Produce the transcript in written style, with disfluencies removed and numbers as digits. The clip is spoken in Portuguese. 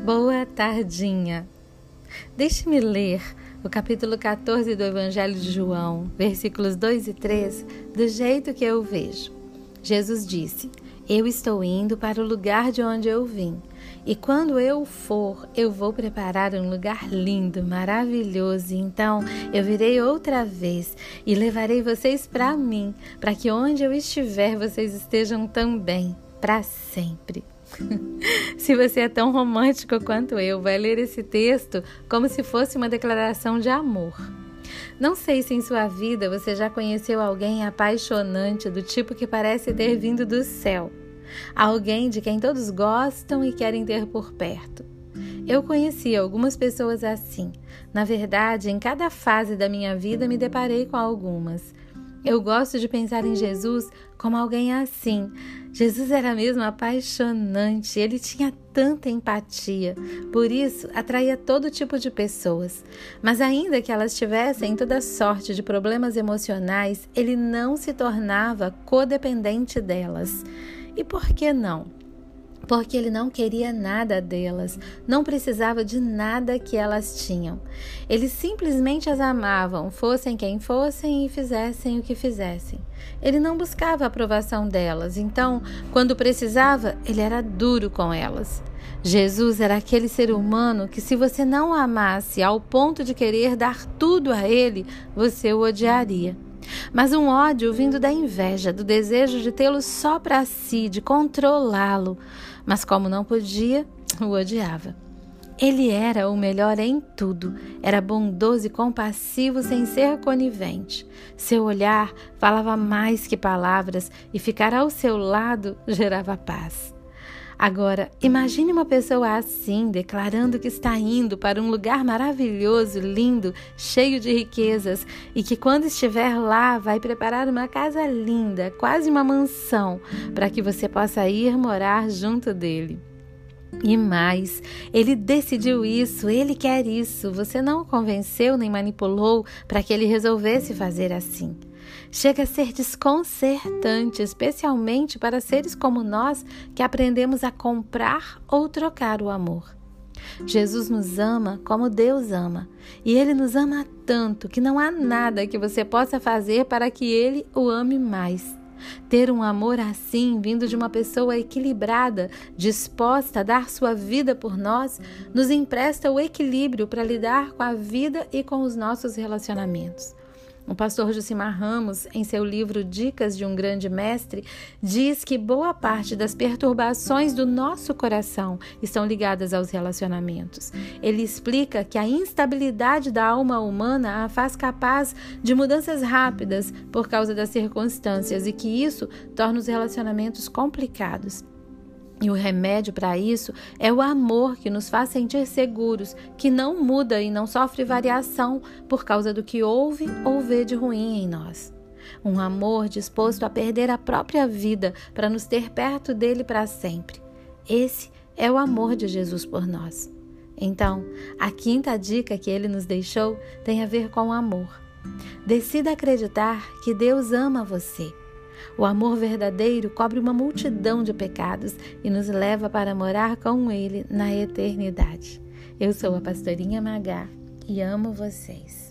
Boa tardinha! Deixe-me ler o capítulo 14 do Evangelho de João, versículos 2 e 3, do jeito que eu vejo. Jesus disse: Eu estou indo para o lugar de onde eu vim, e quando eu for, eu vou preparar um lugar lindo, maravilhoso, então eu virei outra vez e levarei vocês para mim, para que onde eu estiver, vocês estejam também, para sempre. Se você é tão romântico quanto eu, vai ler esse texto como se fosse uma declaração de amor. Não sei se em sua vida você já conheceu alguém apaixonante do tipo que parece ter vindo do céu. Alguém de quem todos gostam e querem ter por perto. Eu conheci algumas pessoas assim. Na verdade, em cada fase da minha vida me deparei com algumas. Eu gosto de pensar em Jesus como alguém assim. Jesus era mesmo apaixonante, ele tinha tanta empatia, por isso atraía todo tipo de pessoas. Mas ainda que elas tivessem toda sorte de problemas emocionais, ele não se tornava codependente delas. E por que não? Porque ele não queria nada delas, não precisava de nada que elas tinham. Ele simplesmente as amavam, fossem quem fossem e fizessem o que fizessem. Ele não buscava a aprovação delas, então, quando precisava, ele era duro com elas. Jesus era aquele ser humano que, se você não o amasse ao ponto de querer dar tudo a ele, você o odiaria. Mas um ódio vindo da inveja, do desejo de tê-lo só para si, de controlá-lo. Mas como não podia, o odiava. Ele era o melhor em tudo, era bondoso e compassivo sem ser conivente. Seu olhar falava mais que palavras e ficar ao seu lado gerava paz. Agora, imagine uma pessoa assim, declarando que está indo para um lugar maravilhoso, lindo, cheio de riquezas, e que quando estiver lá vai preparar uma casa linda, quase uma mansão, para que você possa ir morar junto dele. E mais, ele decidiu isso, ele quer isso, você não o convenceu nem manipulou para que ele resolvesse fazer assim. Chega a ser desconcertante, especialmente para seres como nós que aprendemos a comprar ou trocar o amor. Jesus nos ama como Deus ama, e Ele nos ama tanto que não há nada que você possa fazer para que Ele o ame mais. Ter um amor assim, vindo de uma pessoa equilibrada, disposta a dar sua vida por nós, nos empresta o equilíbrio para lidar com a vida e com os nossos relacionamentos. O pastor Josimar Ramos, em seu livro Dicas de um Grande Mestre, diz que boa parte das perturbações do nosso coração estão ligadas aos relacionamentos. Ele explica que a instabilidade da alma humana a faz capaz de mudanças rápidas por causa das circunstâncias e que isso torna os relacionamentos complicados. E o remédio para isso é o amor que nos faz sentir seguros, que não muda e não sofre variação por causa do que ouve ou vê de ruim em nós. Um amor disposto a perder a própria vida para nos ter perto dele para sempre. Esse é o amor de Jesus por nós. Então, a quinta dica que ele nos deixou tem a ver com o amor. Decida acreditar que Deus ama você. O amor verdadeiro cobre uma multidão de pecados e nos leva para morar com Ele na eternidade. Eu sou a pastorinha Magá e amo vocês.